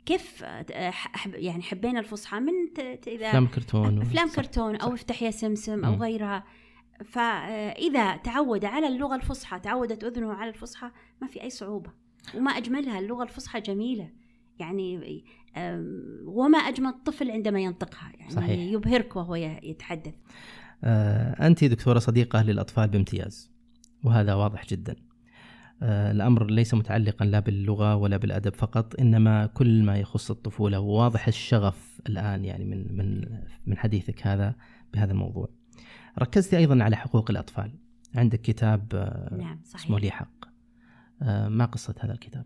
كيف يعني حبينا الفصحى من إذا أفلام كرتون أفلام كرتون أو افتح يا سمسم أو غيرها. فإذا تعود على اللغة الفصحى، تعودت أذنه على الفصحى، ما في أي صعوبة. وما أجملها، اللغة الفصحى جميلة يعني، وما أجمل الطفل عندما ينطقها يعني. صحيح. يبهرك وهو يتحدث. أنت دكتورة صديقة للأطفال بامتياز، وهذا واضح جدا. الأمر ليس متعلقا لا باللغة ولا بالأدب فقط، إنما كل ما يخص الطفولة. وواضح الشغف الآن يعني من من من حديثك هذا بهذا الموضوع. ركزتي أيضا على حقوق الأطفال، عندك كتاب نعم صحيح. اسمه لي حق. ما قصة هذا الكتاب؟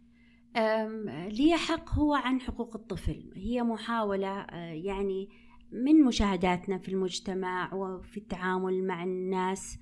لي حق هو عن حقوق الطفل. هي محاولة يعني من مشاهداتنا في المجتمع وفي التعامل مع الناس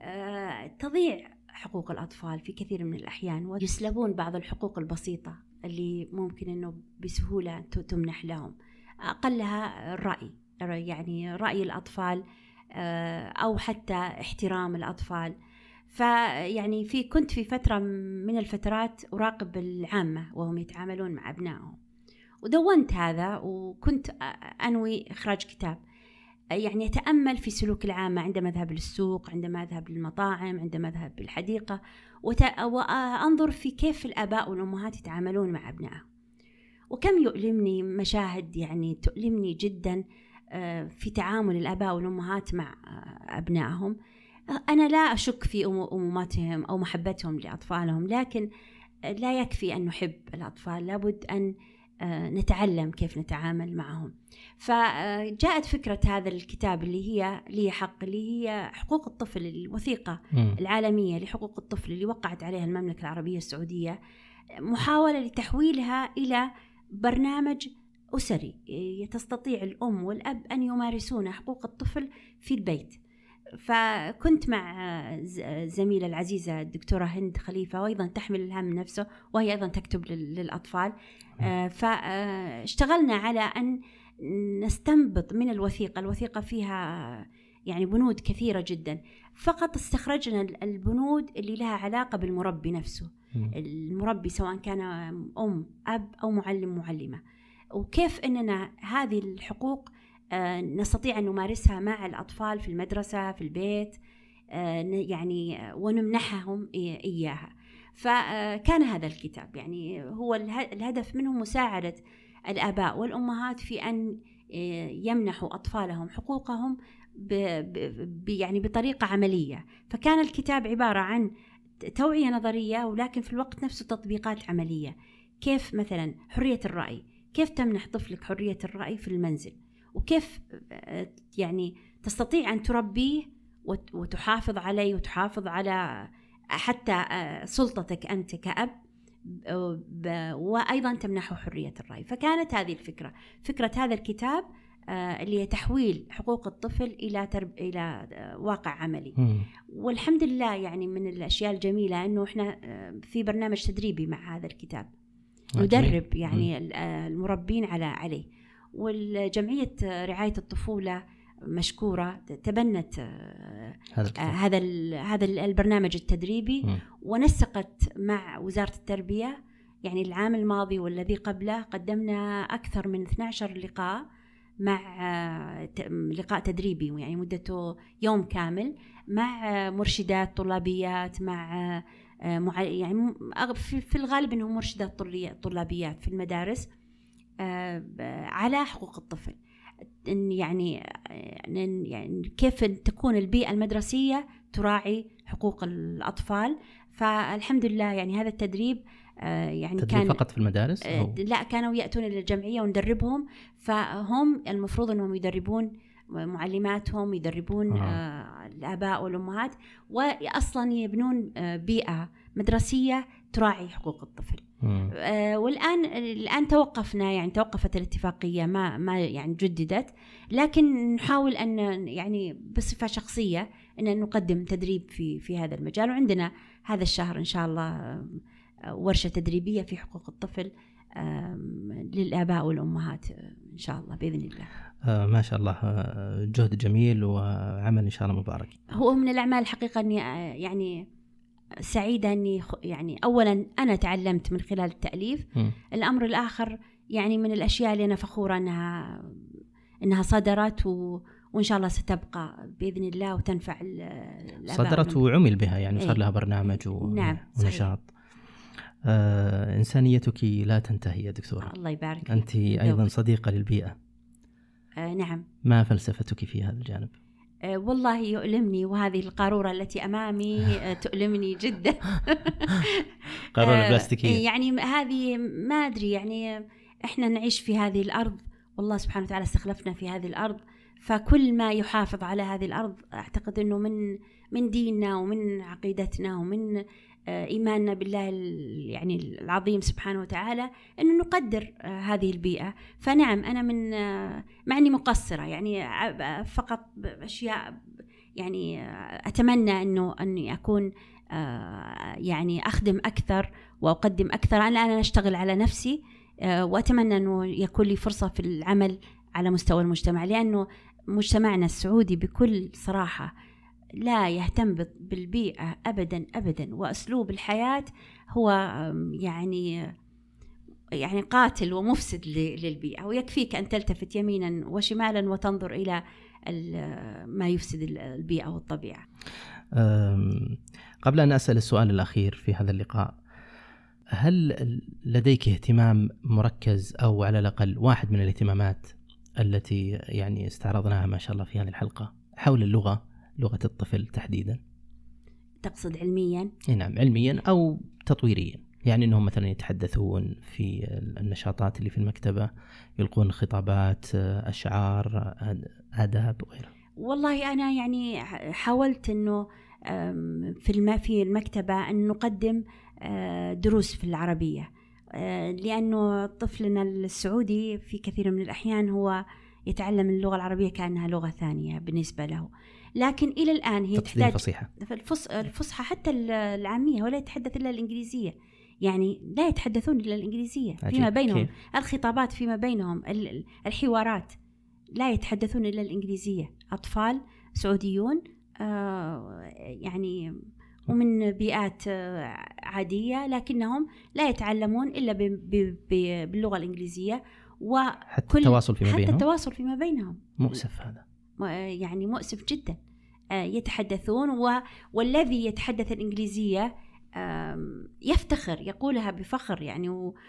تضيع حقوق الأطفال في كثير من الأحيان، ويسلبون بعض الحقوق البسيطة اللي ممكن أنه بسهولة تمنح لهم. أقلها الرأي، يعني رأي الأطفال أو حتى احترام الأطفال. فيعني في كنت في فترة من الفترات أراقب العامة وهم يتعاملون مع أبنائهم، ودونت هذا، وكنت أنوي إخراج كتاب يعني يتأمل في سلوك العامة عندما أذهب للسوق، عندما أذهب للمطاعم، عندما أذهب بالحديقة، وأنظر في كيف الآباء والأمهات يتعاملون مع أبنائهم. وكم يؤلمني مشاهد يعني تؤلمني جدا في تعامل الآباء والأمهات مع أبنائهم. أنا لا أشك في أمومتهم أو محبتهم لأطفالهم، لكن لا يكفي أن نحب الأطفال، لابد أن نتعلم كيف نتعامل معهم. فجاءت فكرة هذا الكتاب اللي هي لي حق، اللي هي حقوق الطفل، الوثيقة م. العالمية لحقوق الطفل اللي وقعت عليها المملكة العربية السعودية، محاولة لتحويلها إلى برنامج أسري تستطيع الأم والأب أن يمارسون حقوق الطفل في البيت. فكنت مع زميلة العزيزة الدكتورة هند خليفة، وأيضا تحمل الهم نفسه، وهي أيضا تكتب للأطفال. فاشتغلنا على أن نستنبط من الوثيقة. الوثيقة فيها يعني بنود كثيرة جدا، فقط استخرجنا البنود اللي لها علاقة بالمربي نفسه، المربي سواء كان أم أب أو معلم معلمة، وكيف أننا هذه الحقوق نستطيع أن نمارسها مع الأطفال في المدرسة في البيت يعني، ونمنحهم إياها. فكان هذا الكتاب يعني هو الهدف منه مساعدة الآباء والأمهات في أن يمنحوا أطفالهم حقوقهم ب ب يعني بطريقة عملية. فكان الكتاب عبارة عن توعية نظرية، ولكن في الوقت نفسه تطبيقات عملية. كيف مثلا حرية الرأي، كيف تمنح طفلك حرية الرأي في المنزل، وكيف يعني تستطيع أن تربيه وتحافظ عليه وتحافظ على حتى سلطتك أنت كأب، وأيضا تمنحه حرية الرأي. فكانت هذه الفكرة، فكرة هذا الكتاب اللي هي تحويل حقوق الطفل إلى ترب... إلى واقع عملي. م. والحمد لله يعني من الأشياء الجميلة أنه إحنا في برنامج تدريبي مع هذا الكتاب، ندرب يعني م. المربين على عليه. والجمعية رعاية الطفولة مشكورة تبنت هذا هذا البرنامج التدريبي، م. ونسقت مع وزارة التربية. يعني العام الماضي والذي قبله قدمنا أكثر من اثنا عشر لقاء مع لقاء تدريبي يعني مدته يوم كامل مع مرشدات طلابيات، مع يعني في الغالب أنهم مرشدات طلابيات في المدارس على حقوق الطفل. يعني يعني كيف تكون البيئة المدرسية تراعي حقوق الأطفال. فالحمد لله يعني هذا التدريب يعني تدريب كان فقط في المدارس أو؟ لا، كانوا يأتون إلى الجمعية وندربهم. فهم المفروض أنهم يدربون معلماتهم، يدربون آه. الآباء والأمهات، وأصلا يبنون بيئة مدرسية تراعي حقوق الطفل. آه والآن الآن توقفنا يعني توقفت الاتفاقية، ما ما يعني جددت، لكن نحاول أن يعني بصفة شخصية أن نقدم تدريب في في هذا المجال. وعندنا هذا الشهر إن شاء الله ورشة تدريبية في حقوق الطفل للآباء والأمهات إن شاء الله بإذن الله. آه ما شاء الله، جهد جميل وعمل إن شاء الله مبارك. هو من الأعمال الحقيقة أني يعني سعيدة أني يعني أولا أنا تعلمت من خلال التأليف. م. الأمر الآخر يعني من الأشياء اللي أنا فخورة أنها إنها صدرت و... وإن شاء الله ستبقى بإذن الله وتنفع الآباء. صدرت وعمل بها يعني صار لها برنامج و... نعم ونشاط. آه، إنسانيتك لا تنتهي يا دكتورة. الله يبارك. أنت أيضا صديقة للبيئة. آه نعم. ما فلسفتك في هذا الجانب؟ آه والله يؤلمني، وهذه القارورة التي أمامي آه تؤلمني جدا. قارورة آه بلاستيكية. يعني هذه ما أدري، يعني إحنا نعيش في هذه الأرض والله سبحانه وتعالى استخلفنا في هذه الأرض، فكل ما يحافظ على هذه الأرض أعتقد أنه من من ديننا ومن عقيدتنا ومن إيماننا بالله يعني العظيم سبحانه وتعالى أنه نقدر هذه البيئة. فنعم أنا من مع أني مقصرة يعني فقط بأشياء، يعني أتمنى أنه أني أكون يعني أخدم أكثر وأقدم أكثر. أنا أنا أشتغل على نفسي، وأتمنى أنه يكون لي فرصة في العمل على مستوى المجتمع، لأنه مجتمعنا السعودي بكل صراحة لا يهتم بالبيئة أبدا أبدا، وأسلوب الحياة هو يعني يعني قاتل ومفسد للبيئة، ويكفيك أن تلتفت يمينا وشمالا وتنظر إلى ما يفسد البيئة والطبيعة. قبل أن أسأل السؤال الأخير في هذا اللقاء، هل لديك اهتمام مركز أو على الأقل واحد من الاهتمامات التي يعني استعرضناها ما شاء الله في هذه الحلقة حول اللغة، لغة الطفل تحديدا؟ تقصد علميا؟ نعم علميا أو تطويريا، يعني أنهم مثلا يتحدثون في النشاطات اللي في المكتبة، يلقون خطابات، أشعار، آداب وغيرها. والله أنا يعني حاولت أنه في في المكتبة أن نقدم دروس في العربية، لأنه طفلنا السعودي في كثير من الأحيان هو يتعلم اللغة العربية كأنها لغة ثانية بالنسبة له، لكن إلى الآن هي تحتاج الفصيحة الفصحى حتى العامية، ولا يتحدث إلا الإنجليزية، يعني لا يتحدثون إلا الإنجليزية فيما بينهم، كيف؟ الخطابات فيما بينهم، الحوارات لا يتحدثون إلا الإنجليزية. أطفال سعوديون آه يعني ومن بيئات عادية لكنهم لا يتعلمون إلا باللغة الإنجليزية، وحتى التواصل فيما بينهم حتى التواصل فيما بينهم مؤسف، هذا يعني مؤسف جدا. يتحدثون والذي يتحدث الإنجليزية يفتخر، يقولها بفخر يعني،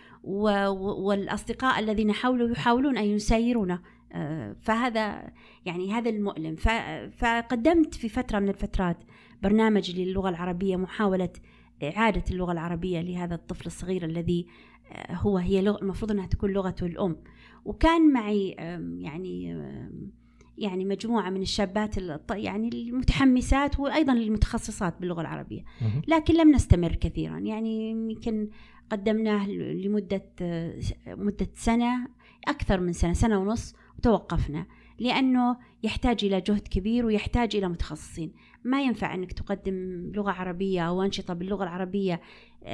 والأصدقاء الذين حوله يحاولون أن يسايرونه، فهذا يعني هذا المؤلم. فقدمت في فترة من الفترات برنامج للغة العربية، محاولة إعادة اللغة العربية لهذا الطفل الصغير الذي هو هي المفروض أنها تكون لغته الأم. وكان معي يعني يعني مجموعة من الشابات يعني المتحمسات وأيضا المتخصصات باللغة العربية، لكن لم نستمر كثيرا، يعني يمكن قدمناه لمدة مدة سنة، أكثر من سنة، سنة ونص، وتوقفنا لأنه يحتاج إلى جهد كبير ويحتاج إلى متخصصين. ما ينفع أنك تقدم لغة عربية أو أنشطة باللغة العربية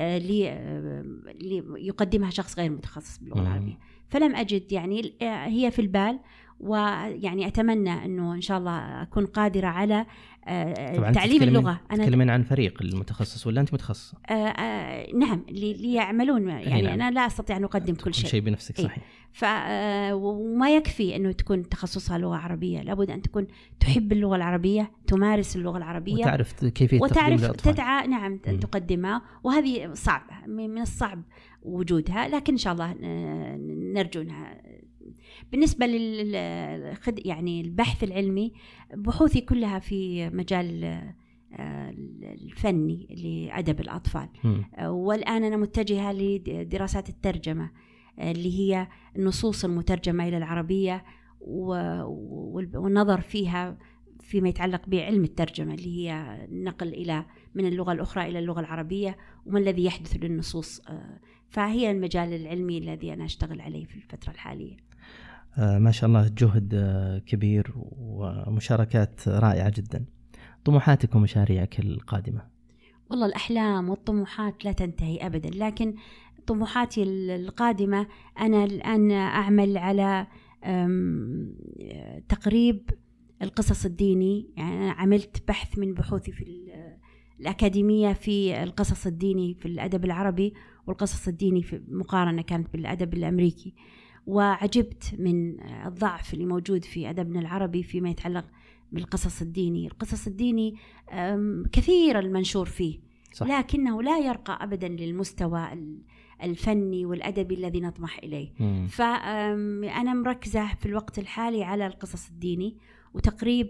ليقدمها شخص غير متخصص باللغة العربية، فلم أجد يعني هي في البال، ويعني أتمنى أنه إن شاء الله أكون قادرة على تعليم اللغة. أنا تتكلمين عن فريق المتخصص ولا أنت متخصصة؟ آه آه نعم، ليعملون يعني نعم. أنا لا أستطيع أن أقدم كل شيء شيء بنفسك، صحيح. ف وما يكفي أنه تكون تخصصها لغة عربية، لابد أن تكون تحب اللغة العربية، تمارس اللغة العربية، وتعرف كيفية وتعرف تدعى نعم أن تقدمها، وهذه صعبة، من الصعب وجودها، لكن إن شاء الله نرجو أنها. بالنسبة لل يعني البحث العلمي، بحوثي كلها في مجال الفني لأدب الأطفال، والآن أنا متجهة لدراسات الترجمة اللي هي النصوص المترجمة إلى العربية، والنظر فيها فيما يتعلق بعلم الترجمة اللي هي النقل إلى من اللغة الأخرى إلى اللغة العربية، وما الذي يحدث للنصوص. فهي المجال العلمي الذي أنا أشتغل عليه في الفترة الحالية. آه ما شاء الله، جهد آه كبير ومشاركات رائعة جدا. طموحاتك ومشاريعك القادمة؟ والله الأحلام والطموحات لا تنتهي أبدا، لكن طموحاتي القادمة أنا الآن أعمل على تقريب القصص الديني، يعني أنا عملت بحث من بحوثي في الأكاديمية في القصص الديني في الأدب العربي، والقصص الديني في مقارنة كانت بالأدب الأمريكي. وعجبت من الضعف اللي موجود في أدبنا العربي فيما يتعلق بالقصص الديني. القصص الديني كثير المنشور فيه، صح. لكنه لا يرقى أبدا للمستوى الفني والأدبي الذي نطمح إليه. مم. فأنا مركزة في الوقت الحالي على القصص الديني وتقريب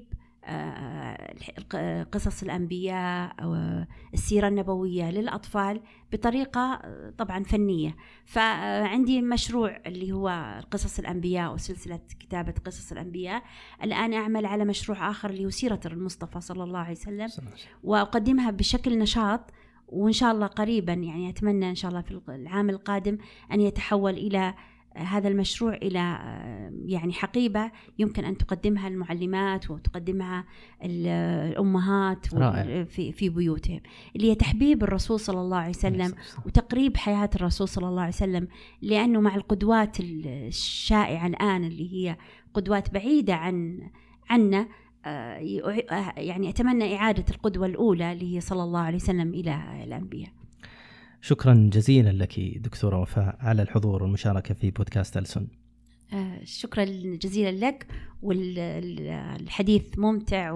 قصص الأنبياء أو السيرة النبوية للأطفال بطريقة طبعا فنية. فعندي مشروع اللي هو قصص الأنبياء وسلسلة كتابة قصص الأنبياء. الآن أعمل على مشروع آخر اللي هو سيرة المصطفى صلى الله عليه وسلم، وأقدمها بشكل نشاط، وإن شاء الله قريبا يعني أتمنى إن شاء الله في العام القادم أن يتحول إلى هذا المشروع إلى يعني حقيبة يمكن أن تقدمها المعلمات وتقدمها الأمهات في في بيوتهم، اللي هي تحبيب الرسول صلى الله عليه وسلم وتقريب حياة الرسول صلى الله عليه وسلم. لأنه مع القدوات الشائعة الآن اللي هي قدوات بعيدة عن عنا، يعني أتمنى إعادة القدوة الأولى اللي هي صلى الله عليه وسلم إلى الأنبياء. شكرا جزيلا لك دكتورة وفاء على الحضور والمشاركة في بودكاست ألسن. آه شكرا جزيلا لك، والحديث ممتع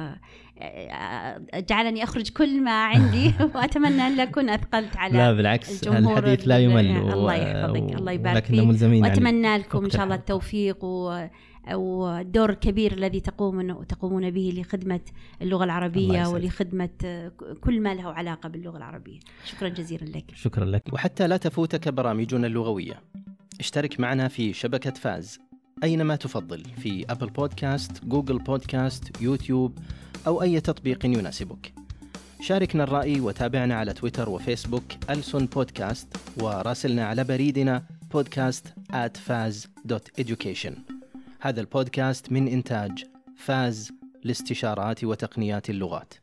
وجعلني أخرج كل ما عندي وأتمنى أن أكون أثقلت على لا بالعكس الجمهور. الحديث لا يمل. الله يحفظك، الله يبارك فيك، وأتمنى لكم إن شاء الله التوفيق و والدور الكبير الذي تقومون تقومون به لخدمة اللغة العربية ولخدمة كل ما له علاقة باللغة العربية. شكرا جزيلا لك. شكرا لك. وحتى لا تفوتك برامجنا اللغوية، اشترك معنا في شبكة فاز أينما تفضل، في أبل بودكاست، جوجل بودكاست، يوتيوب أو أي تطبيق يناسبك. شاركنا الرأي وتابعنا على تويتر وفيسبوك ألسن بودكاست، وراسلنا على بريدنا podcast at faz dot education. هذا البودكاست من إنتاج فاز لاستشارات وتقنيات اللغات.